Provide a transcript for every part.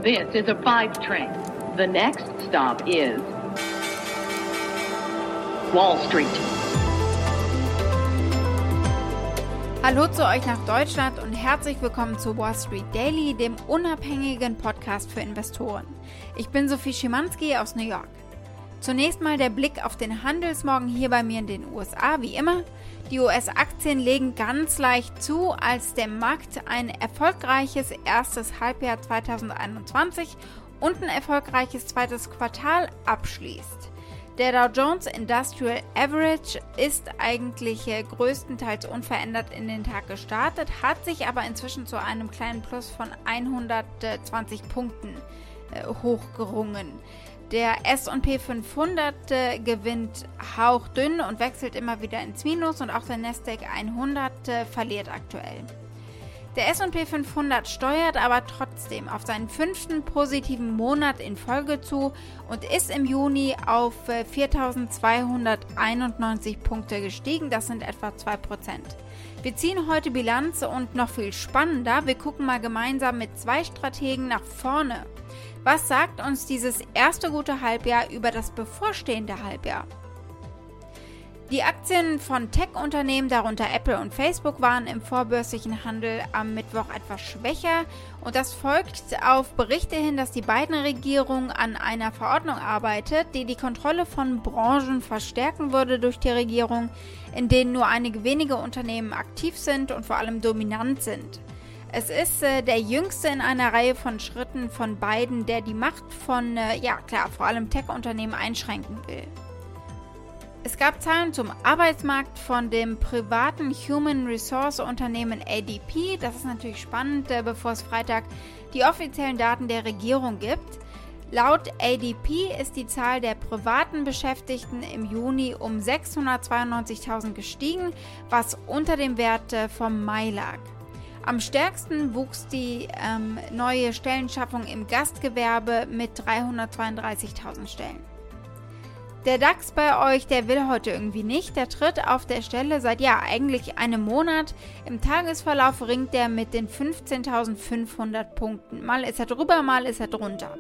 This is a 5 train. The next stop is Wall Street. Hallo zu euch nach Deutschland und herzlich willkommen zu Wall Street Daily, dem unabhängigen Podcast für Investoren. Ich bin Sophie Schimanski aus New York. Zunächst mal der Blick auf den Handelsmorgen hier bei mir in den USA, wie immer. Die US-Aktien legen ganz leicht zu, als der Markt ein erfolgreiches erstes Halbjahr 2021 und ein erfolgreiches zweites Quartal abschließt. Der Dow Jones Industrial Average ist eigentlich größtenteils unverändert in den Tag gestartet, hat sich aber inzwischen zu einem kleinen Plus von 120 Punkten hochgerungen. Der S&P 500 gewinnt hauchdünn und wechselt immer wieder ins Minus und auch der Nasdaq 100 verliert aktuell. Der S&P 500 steuert aber trotzdem auf seinen 5. positiven Monat in Folge zu und ist im Juni auf 4.291 Punkte gestiegen, das sind etwa 2%. Wir ziehen heute Bilanz und noch viel spannender, wir gucken mal gemeinsam mit 2 Strategen nach vorne. Was sagt uns dieses erste gute Halbjahr über das bevorstehende Halbjahr? Die Aktien von Tech-Unternehmen, darunter Apple und Facebook, waren im vorbörslichen Handel am Mittwoch etwas schwächer und das folgt auf Berichte hin, dass die Biden-Regierung an einer Verordnung arbeitet, die die Kontrolle von Branchen verstärken würde durch die Regierung, in denen nur einige wenige Unternehmen aktiv sind und vor allem dominant sind. Es ist der jüngste in einer Reihe von Schritten von Biden, der die Macht von, vor allem Tech-Unternehmen einschränken will. Es gab Zahlen zum Arbeitsmarkt von dem privaten Human Resource Unternehmen ADP. Das ist natürlich spannend, bevor es Freitag die offiziellen Daten der Regierung gibt. Laut ADP ist die Zahl der privaten Beschäftigten im Juni um 692.000 gestiegen, was unter dem Wert vom Mai lag. Am stärksten wuchs die neue Stellenschaffung im Gastgewerbe mit 332.000 Stellen. Der DAX bei euch, der will heute irgendwie nicht. Der tritt auf der Stelle seit eigentlich einem Monat. Im Tagesverlauf ringt er mit den 15.500 Punkten. Mal ist er drüber, mal ist er drunter.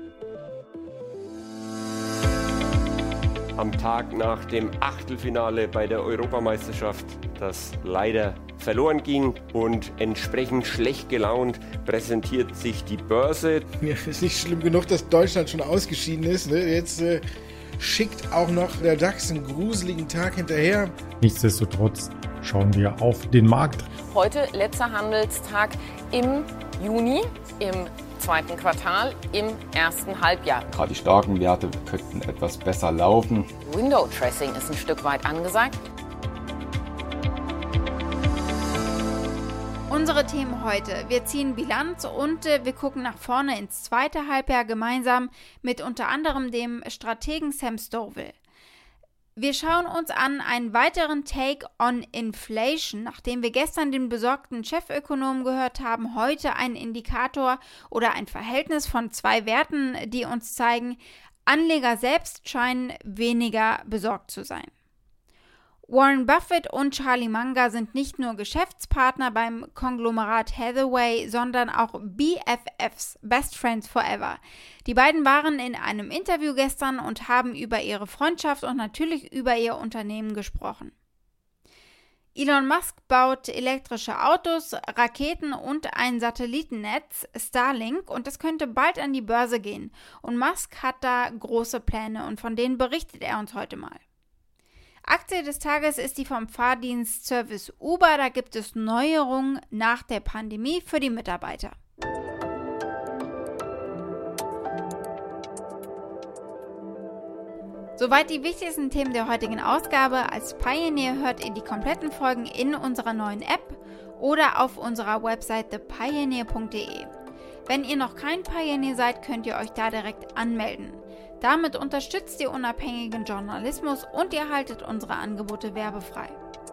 Am Tag nach dem Achtelfinale bei der Europameisterschaft, das leider verloren ging und entsprechend schlecht gelaunt präsentiert sich die Börse. Ja, ist nicht schlimm genug, dass Deutschland schon ausgeschieden ist. Ne? Jetzt schickt auch noch der DAX einen gruseligen Tag hinterher. Nichtsdestotrotz schauen wir auf den Markt. Heute letzter Handelstag im Juni, im zweiten Quartal, im ersten Halbjahr. Gerade die starken Werte könnten etwas besser laufen. Window Dressing ist ein Stück weit angesagt. Unsere Themen heute. Wir ziehen Bilanz und wir gucken nach vorne ins zweite Halbjahr gemeinsam mit unter anderem dem Strategen Sam Stowell. Wir schauen uns an einen weiteren Take on Inflation, nachdem wir gestern den besorgten Chefökonomen gehört haben, heute einen Indikator oder ein Verhältnis von 2 Werten, die uns zeigen, Anleger selbst scheinen weniger besorgt zu sein. Warren Buffett und Charlie Munger sind nicht nur Geschäftspartner beim Konglomerat Hathaway, sondern auch BFFs, Best Friends Forever. Die beiden waren in einem Interview gestern und haben über ihre Freundschaft und natürlich über ihr Unternehmen gesprochen. Elon Musk baut elektrische Autos, Raketen und ein Satellitennetz, Starlink, und das könnte bald an die Börse gehen. Und Musk hat da große Pläne und von denen berichtet er uns heute mal. Aktie des Tages ist die vom Fahrdienstservice Uber. Da gibt es Neuerungen nach der Pandemie für die Mitarbeiter. Soweit die wichtigsten Themen der heutigen Ausgabe. Als Pioneer hört ihr die kompletten Folgen in unserer neuen App oder auf unserer Website thepioneer.de. Wenn ihr noch kein Pioneer seid, könnt ihr euch da direkt anmelden. Damit unterstützt ihr unabhängigen Journalismus und ihr haltet unsere Angebote werbefrei.